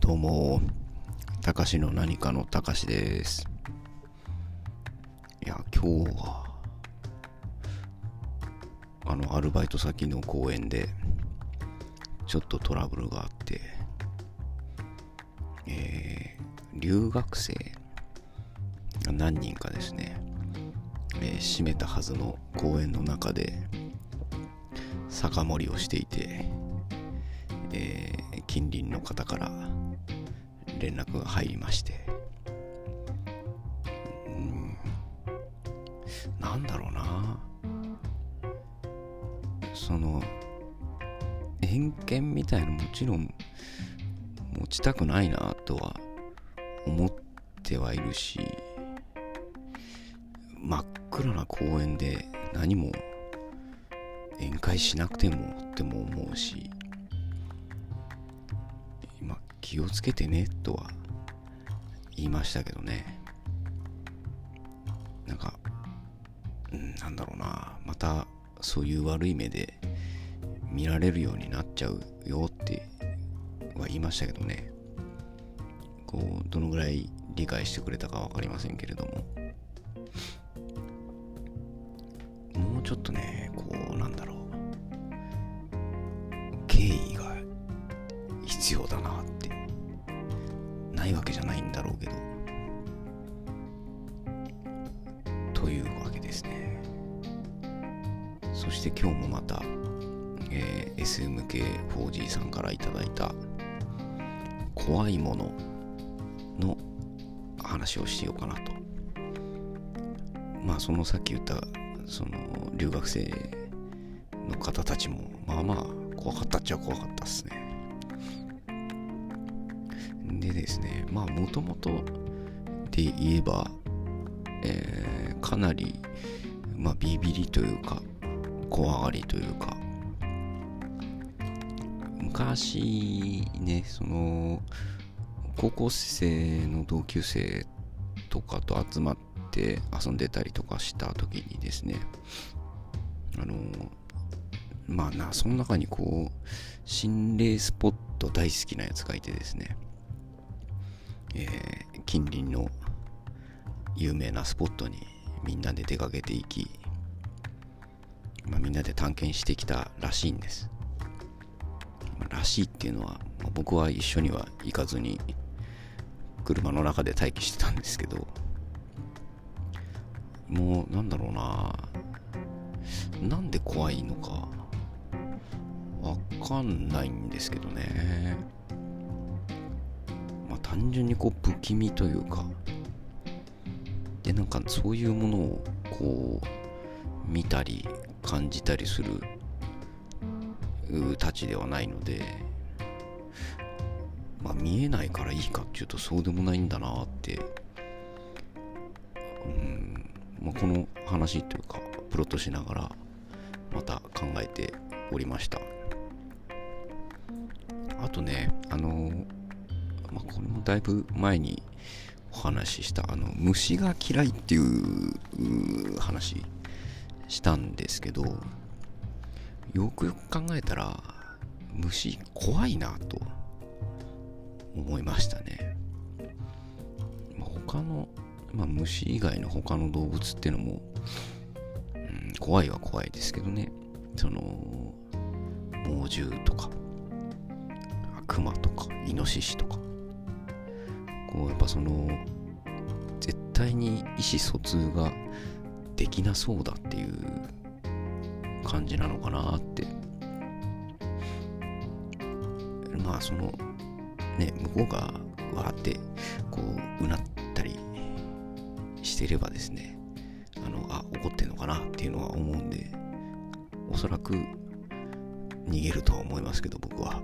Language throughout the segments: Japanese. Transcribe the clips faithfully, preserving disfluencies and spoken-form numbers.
どうも、たかしの何かのたかしです。いや、今日は、あの、アルバイト先の公園で、ちょっとトラブルがあって、えー、留学生が何人かですね、えー、閉めたはずの公園の中で、酒盛りをしていて、えー、近隣の方から連絡が入りまして、うん、なんだろうな、その偏見みたいなのもちろん持ちたくないなとは思ってはいるし、真っ暗な公園で何も宴会しなくてもっても思うし、今気をつけてねとは言いましたけどね。なんか、うん、なんだろうな、またそういう悪い目で見られるようになっちゃうよっては言いましたけどね。こうどのぐらい理解してくれたかわかりませんけれども、もうちょっとね、こうなんだろう、敬意が必要だなって、ないわけじゃないんだろうけど、というわけですね。そして今日もまた、えー、エスエムケーフォージー さんからいただいた怖いものの話をしようかなと。まあそのさっき言ったその留学生の方たちもまあまあ怖かったっちゃ怖かったっすね。でですね、まあもともとで言えば、えー、かなりまあビビりというか怖がりというか、昔ね、その高校生の同級生とかと集まって遊んでたりとかした時にですね、あのまあな、その中にこう心霊スポット大好きなやつがいてですね、えー、近隣の有名なスポットにみんなで出かけていき、まあ、みんなで探検してきたらしいんです。まあ、らしいっていうのは、まあ、僕は一緒には行かずに車の中で待機してたんですけど、もうなんだろうな、なんで怖いのかわかんないんですけどね。まあ単純にこう不気味というかで、なんかそういうものをこう見たり感じたりするたちではないので、まあ見えないからいいかっていうとそうでもないんだなって、うん、まあ、この話というかプロットしながらまた考えておりました。あとね、あのまあ、これもだいぶ前にお話ししたあの虫が嫌いっていう話したんですけど、よくよく考えたら虫怖いなと思いましたね。まあ、他の、まあ、虫以外の他の動物っていうのも、うん、怖いは怖いですけどね、その猛獣とかクマとかイノシシとか、こうやっぱその絶対に意思疎通ができなそうだっていう感じなのかなって。まあそのね、向こうがわーってこううなったりしてればですね、あのあ怒ってんのかなっていうのは思うんで、おそらく逃げるとは思いますけど、僕は。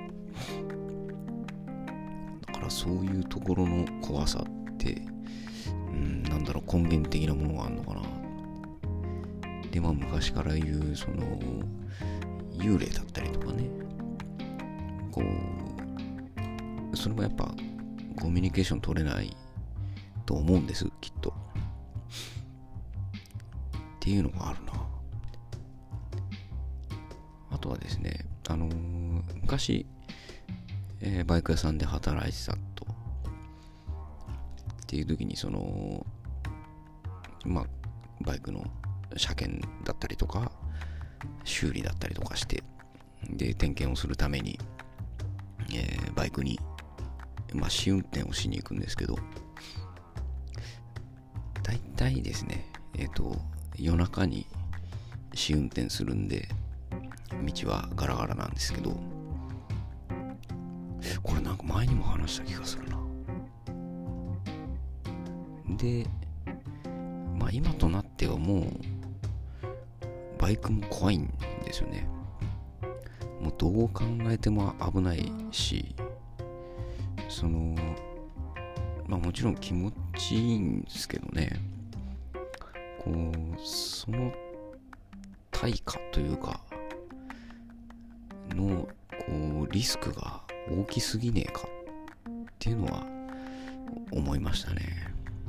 だからそういうところの怖さって、うん、なんだろう、根源的なものがあるのかな。で、まあ昔から言うその幽霊だったりとかね、こうそれもやっぱコミュニケーション取れないと思うんです、きっと。っていうのがあるな。あとはですね、あのー、昔、 えーバイク屋さんで働いてたと。っていう時に、その、まあ、バイクの車検だったりとか、修理だったりとかして、で、点検をするために、えーバイクに、まあ、試運転をしに行くんですけど、大体ですね、えっと、夜中に試運転するんで、道はガラガラなんですけど、これなんか前にも話した気がするな。で、まあ今となってはもう、バイクも怖いんですよね。もうどう考えても危ないし、その、まあもちろん気持ちいいんですけどね、こう、その対価というか、の、こう、リスクが大きすぎねえかっていうのは思いましたね。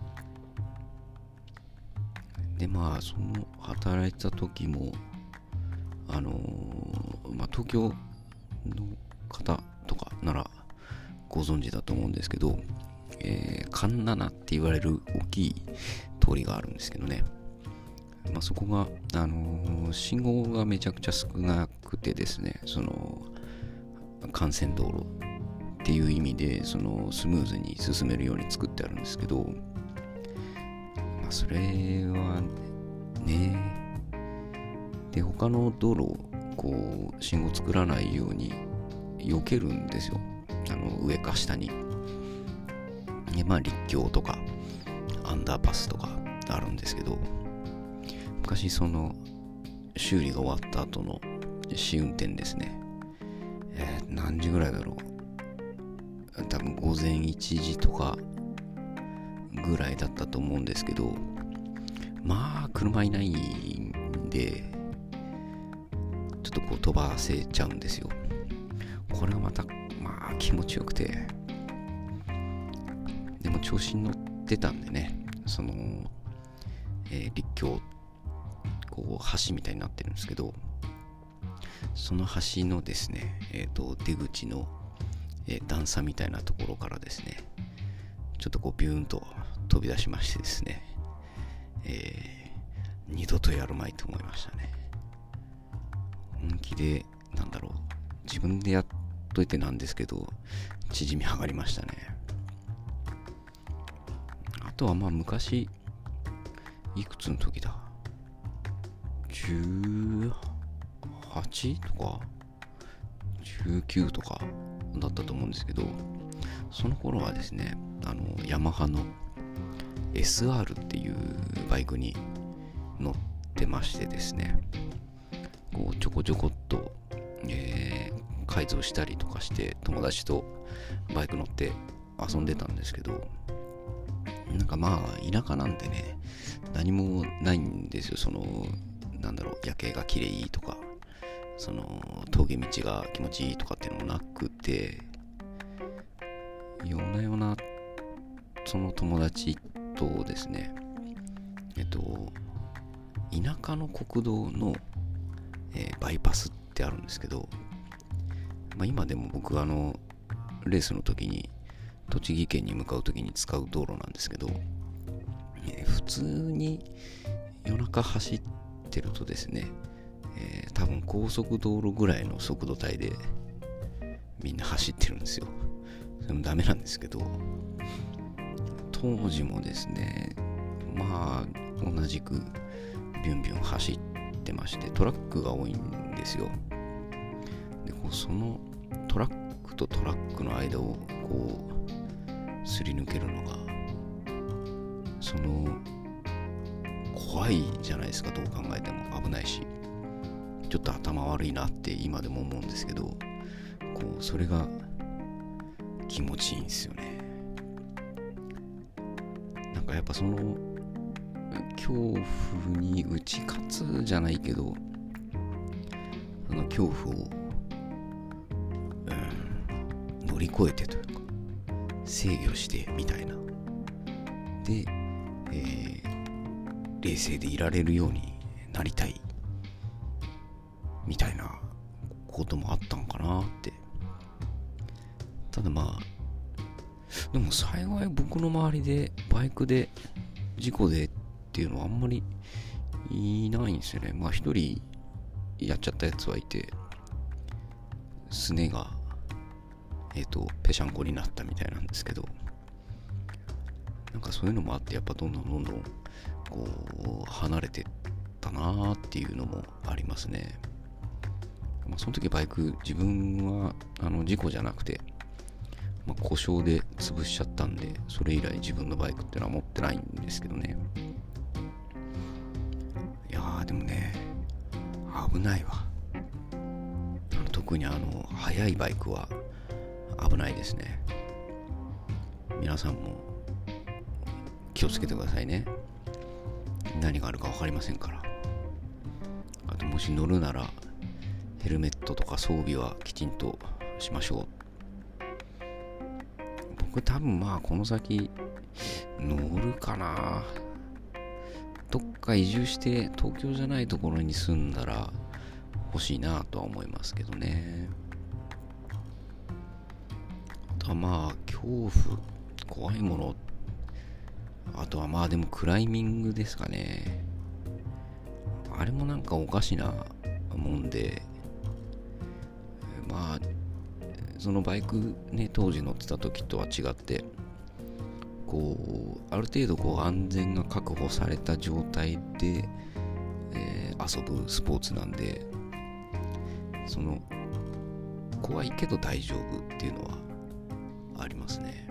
で、まあ、その働いてた時も、あのーまあ、東京の方とかならご存知だと思うんですけど、えー、環七って言われる大きい通りがあるんですけどね。まあ、そこが、あのー信号がめちゃくちゃ少なくてですね、その、幹線道路っていう意味で、その、スムーズに進めるように作ってあるんですけど、まあ、それはね、で、他の道路を、こう、信号作らないように避けるんですよ。あの、上か下に。で、まあ、陸橋とか、アンダーパスとかあるんですけど、昔その修理が終わった後の試運転ですね、えー、何時ぐらいだろう、多分午前いちじとかぐらいだったと思うんですけど、まあ車いないんでちょっとこう飛ばせちゃうんですよ。これがまたまあ気持ちよくて、でも調子に乗ってたんでね、その、えー、陸橋こう橋みたいになってるんですけど、その橋のですね、えー、と出口の、えー、段差みたいなところからですね、ちょっとこうビューンと飛び出しましてですね、えー、二度とやるまいと思いましたね。本気で、なんだろう、自分でやっといてなんですけど、縮み上がりましたね。あとはまあ昔、いくつの時だ、じゅうはちとかじゅうきゅうとかだったと思うんですけど、その頃はですね、あのヤマハの エスアール っていうバイクに乗ってましてですね、こうちょこちょこっと、えー、改造したりとかして友達とバイク乗って遊んでたんですけど、なんかまあ田舎なんでね、何もないんですよ。そのなんだろう、夜景が綺麗とか、その峠道が気持ちいいとかっていうのもなくて、夜な夜なその友達とですね、えっと田舎の国道の、えーバイパスってあるんですけど、まあ、今でも僕あのレースの時に栃木県に向かう時に使う道路なんですけど、えー普通に夜中走ってるとですね、えー多分高速道路ぐらいの速度帯でみんな走ってるんですよ。それもダメなんですけど、当時もですね、まあ同じくビュンビュン走ってまして、トラックが多いんですよ。でこうそのトラックとトラックの間をこうすり抜けるのが、その怖いじゃないですか。どう考えても危ないし、ちょっと頭悪いなって今でも思うんですけど、こうそれが気持ちいいんですよね。なんかやっぱその恐怖に打ち勝つじゃないけど、その恐怖を、うん、乗り越えてというか制御してみたいなで、えー、冷静でいられるようになりたいみたいなこともあったんかなってただまあでも幸い僕の周りでバイクで事故でっていうのはあんまりいないんですよね。まあ一人やっちゃったやつはいて、すねがえっとぺしゃんこになったみたいなんですけど、なんかそういうのもあってやっぱどんどんどんどんこう離れてったなーっていうのもありますね。まあ、その時バイク自分はあの事故じゃなくて、まあ、故障で潰しちゃったんで、それ以来自分のバイクっていうのは持ってないんですけどね。いやーでもね危ないわ。特にあの速いバイクは危ないですね。皆さんも気をつけてくださいね。何があるか分かりませんから。あともし乗るならヘルメットとか装備はきちんとしましょう。僕多分まあこの先乗るかな。どっか移住して東京じゃないところに住んだら欲しいなとは思いますけどね。あとはまあ恐怖、怖いもの、あとはまあでもクライミングですかね。あれもなんかおかしなもんで、まあそのバイクね当時乗ってた時とは違って、こうある程度こう安全が確保された状態で、えー、遊ぶスポーツなんで、その怖いけど大丈夫っていうのはありますね。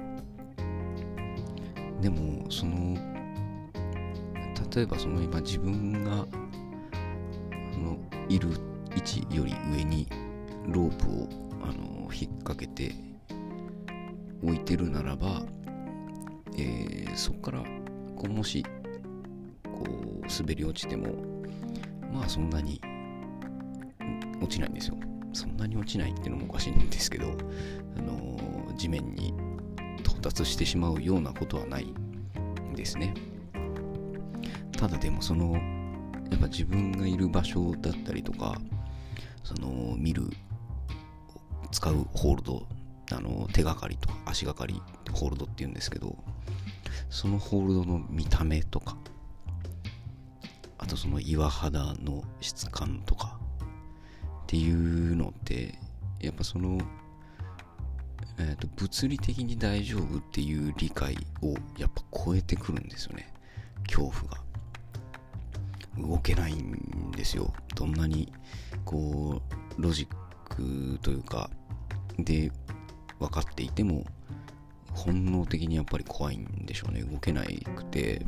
でもその例えばその今自分がそのいる位置より上にロープをあの引っ掛けて置いてるならば、えー、そこからこうもしこう滑り落ちてもまあそんなに落ちないんですよ。そんなに落ちないっていうのもおかしいんですけど、あのー、地面に到達してしまうようなことはないんですね。ただでもそのやっぱ自分がいる場所だったりとか、その見る使うホールド、あの手がかりとか足がかりホールドっていうんですけど、そのホールドの見た目とか、あとその岩肌の質感とかっていうのってやっぱその、えーと、物理的に大丈夫っていう理解をやっぱ超えてくるんですよね。恐怖が動けないんですよ。どんなにこうロジックというかで分かっていても本能的にやっぱり怖いんでしょうね。動けなくて、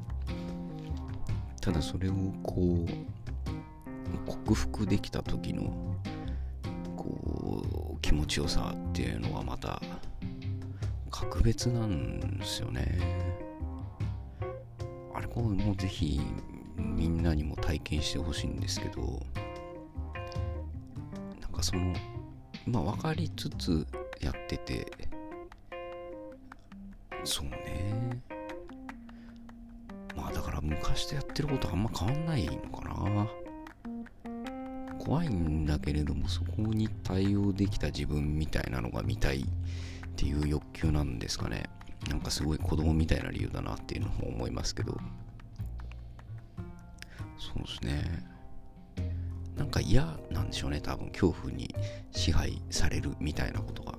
ただそれをこう克服できた時のこう気持ちよさっていうのはまた格別なんですよね。あれこうもうぜひみんなにも体験してほしいんですけど、なんかそのまあ分かりつつやってて、そうね、まあだから昔とやってることあんま変わんないのかな。怖いんだけれどもそこに対応できた自分みたいなのが見たいっていう欲求なんですかね。なんかすごい子供みたいな理由だなっていうのも思いますけど、そうですね、なんか嫌なんでしょうね、多分恐怖に支配されるみたいなことが。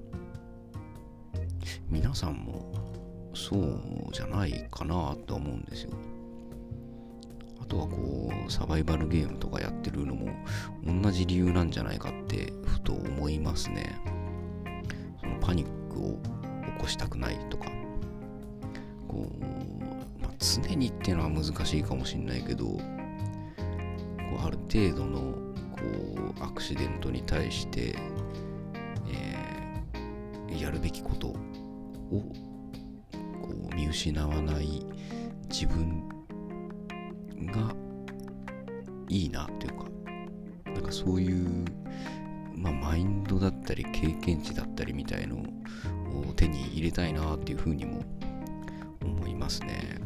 皆さんもそうじゃないかなと思うんですよ。あとはこうサバイバルゲームとかやってるのも同じ理由なんじゃないかってふと思いますね。そのパニックを起こしたくないとか、こう、まあ、常にっていうのは難しいかもしれないけど、こうある程度のこうアクシデントに対して、えー、やるべきことをこう見失わない自分がいいなというか、なんかそういう、まあ、マインドだったり経験値だったりみたいのを手に入れたいなっていうふうにも思いますね。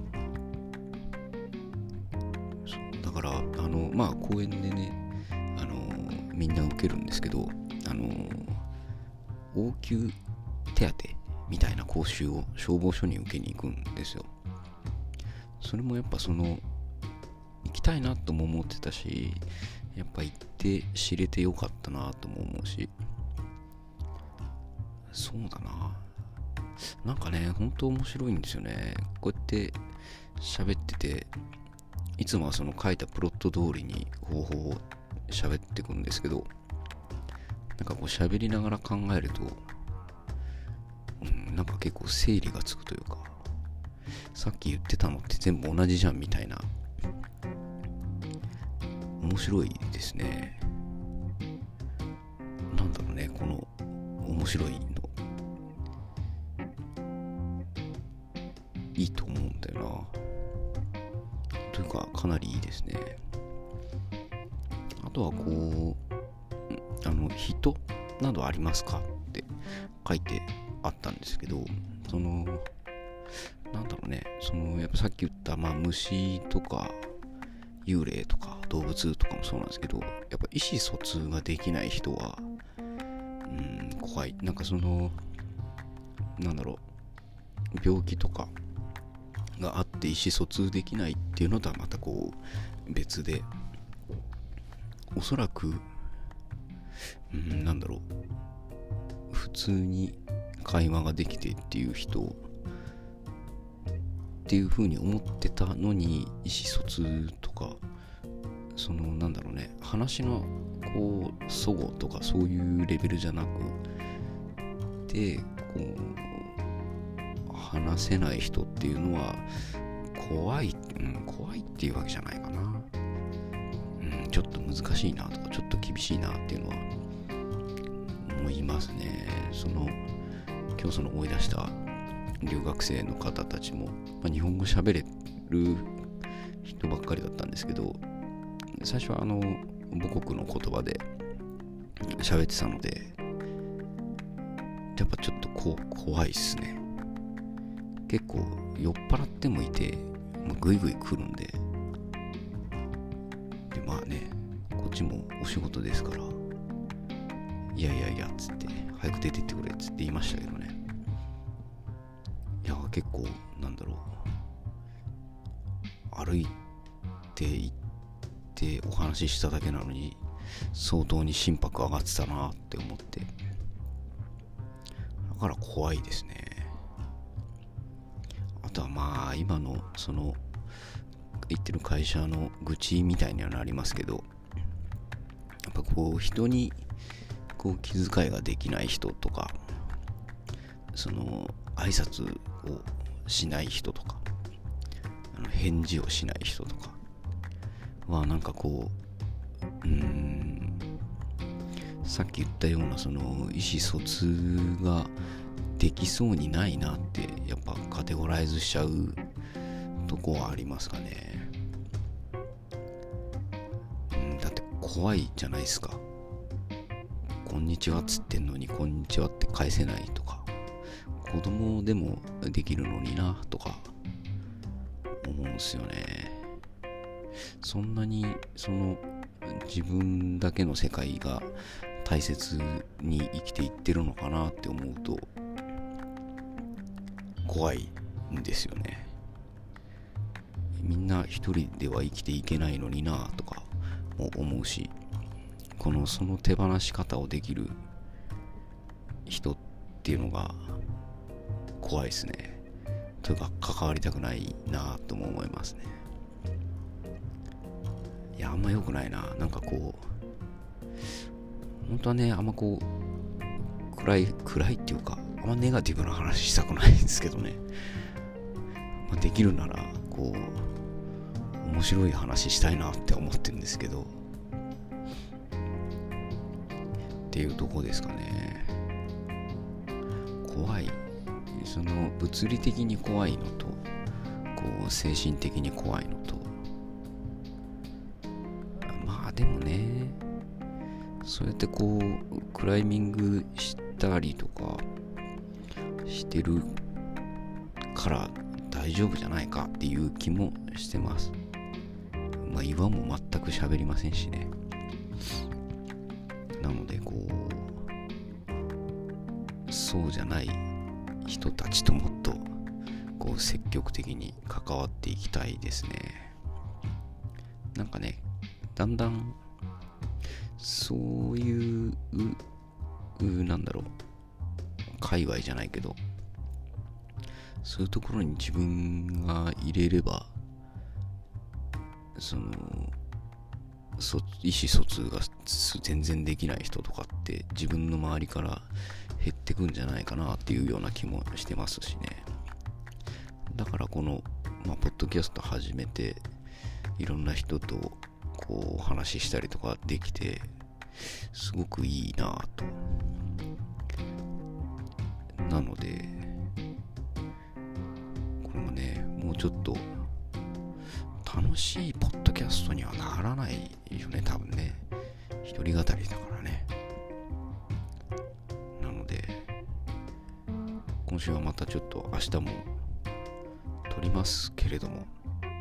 そうだからあのまあ公園でね、あのみんな受けるんですけど、あの応急手手当みたいな講習を消防署に受けに行くんですよ。それもやっぱその行きたいなとも思ってたし、やっぱ行って知れてよかったなとも思うし、そうだな、なんかね、本当面白いんですよね。こうやって喋ってて、いつもはその書いたプロット通りに方法を喋ってくんですけど、なんかこう喋りながら考えると、うん、なんか結構整理がつくというか、さっき言ってたのって全部同じじゃんみたいな、面白いですね。なんだろうね、この面白いのいいと思うんだよな。というかかなりいいですね。あとはこう、あの人などありますかって書いてあったんですけど、そのなんだろうね、そのやっぱさっき言ったまあ虫とか幽霊とか動物とかもそうなんですけど、やっぱ意思疎通ができない人はうん怖い。なんかそのなんだろう、病気とかがあって意思疎通できないっていうのとはまたこう別で、おそらくうんなんだろう、普通に会話ができてっていう人っていう風に思ってたのに、意思疎通とかそのなんだろうね、話のこう齟齬とかそういうレベルじゃなくて、こう話せない人っていうのは怖い、うん、怖いっていうわけじゃないかな、うん、ちょっと難しいなとかちょっと厳しいなっていうのは思いますね。その今日その思い出した留学生の方たちも、まあ、日本語喋れる人ばっかりだったんですけど、最初はあの母国の言葉で喋ってたので、やっぱちょっとこう怖いっすね。結構酔っ払ってもいて、もうグイグイ来るんで、でまあね、こっちもお仕事ですから、いやいやいやっつって早く出てってくれっつって言いましたけどね。いや結構なんだろう、歩いて行ってお話ししただけなのに相当に心拍上がってたなって思って、だから怖いですね。あとはまあ今のその言ってる会社の愚痴みたいにはなりますけど、やっぱこう人にこう気遣いができない人とか、その挨拶をしない人とか、あの返事をしない人とかはなんかこう、うーんさっき言ったようなその意思疎通ができそうにないなってやっぱカテゴライズしちゃうとこはありますかね。うん、だって怖いじゃないですか。こんにちはっつってんのにこんにちはって返せないとか、子供でもできるのになとか思うんすよね。そんなにその自分だけの世界が大切に生きていってるのかなって思うと怖いんですよね。みんな一人では生きていけないのになとかも思うし、このその手放し方をできる人っていうのが怖いですね。というか関わりたくないなとも思いますね。いやあんま良くないな。なんかこう本当はね、あんまこう暗い暗いっていうかあんまネガティブな話したくないんですけどね、まあ、できるならこう面白い話したいなって思ってるんですけどっていうとこですかね。怖い、その物理的に怖いのとこう精神的に怖いのと、まあでもね、そうやってこうクライミングしたりとかしてるから大丈夫じゃないかっていう気もしてます。まあ岩も全く喋りませんしね。なのでこうそうじゃない人たちともっとこう積極的に関わっていきたいですね。なんかね、だんだんそういううなんだろう界隈じゃないけど、そういうところに自分が入れれば、そのそ意思疎通が全然できない人とかって自分の周りから減ってくんじゃないかなっていうような気もしてますしね。だからこの、まあ、ポッドキャスト始めていろんな人とこうお話ししたりとかできてすごくいいなぁと。なのでこれもね、もうちょっと楽しいポッドキャストにはならないよね、多分ね。一人語りだからね。なので今週はまたちょっと明日も撮りますけれども、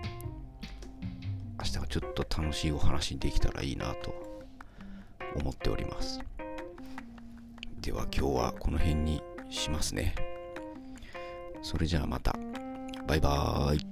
明日はちょっと楽しいお話できたらいいなと思っております。では今日はこの辺にしますね。それじゃあまた。バイバーイ。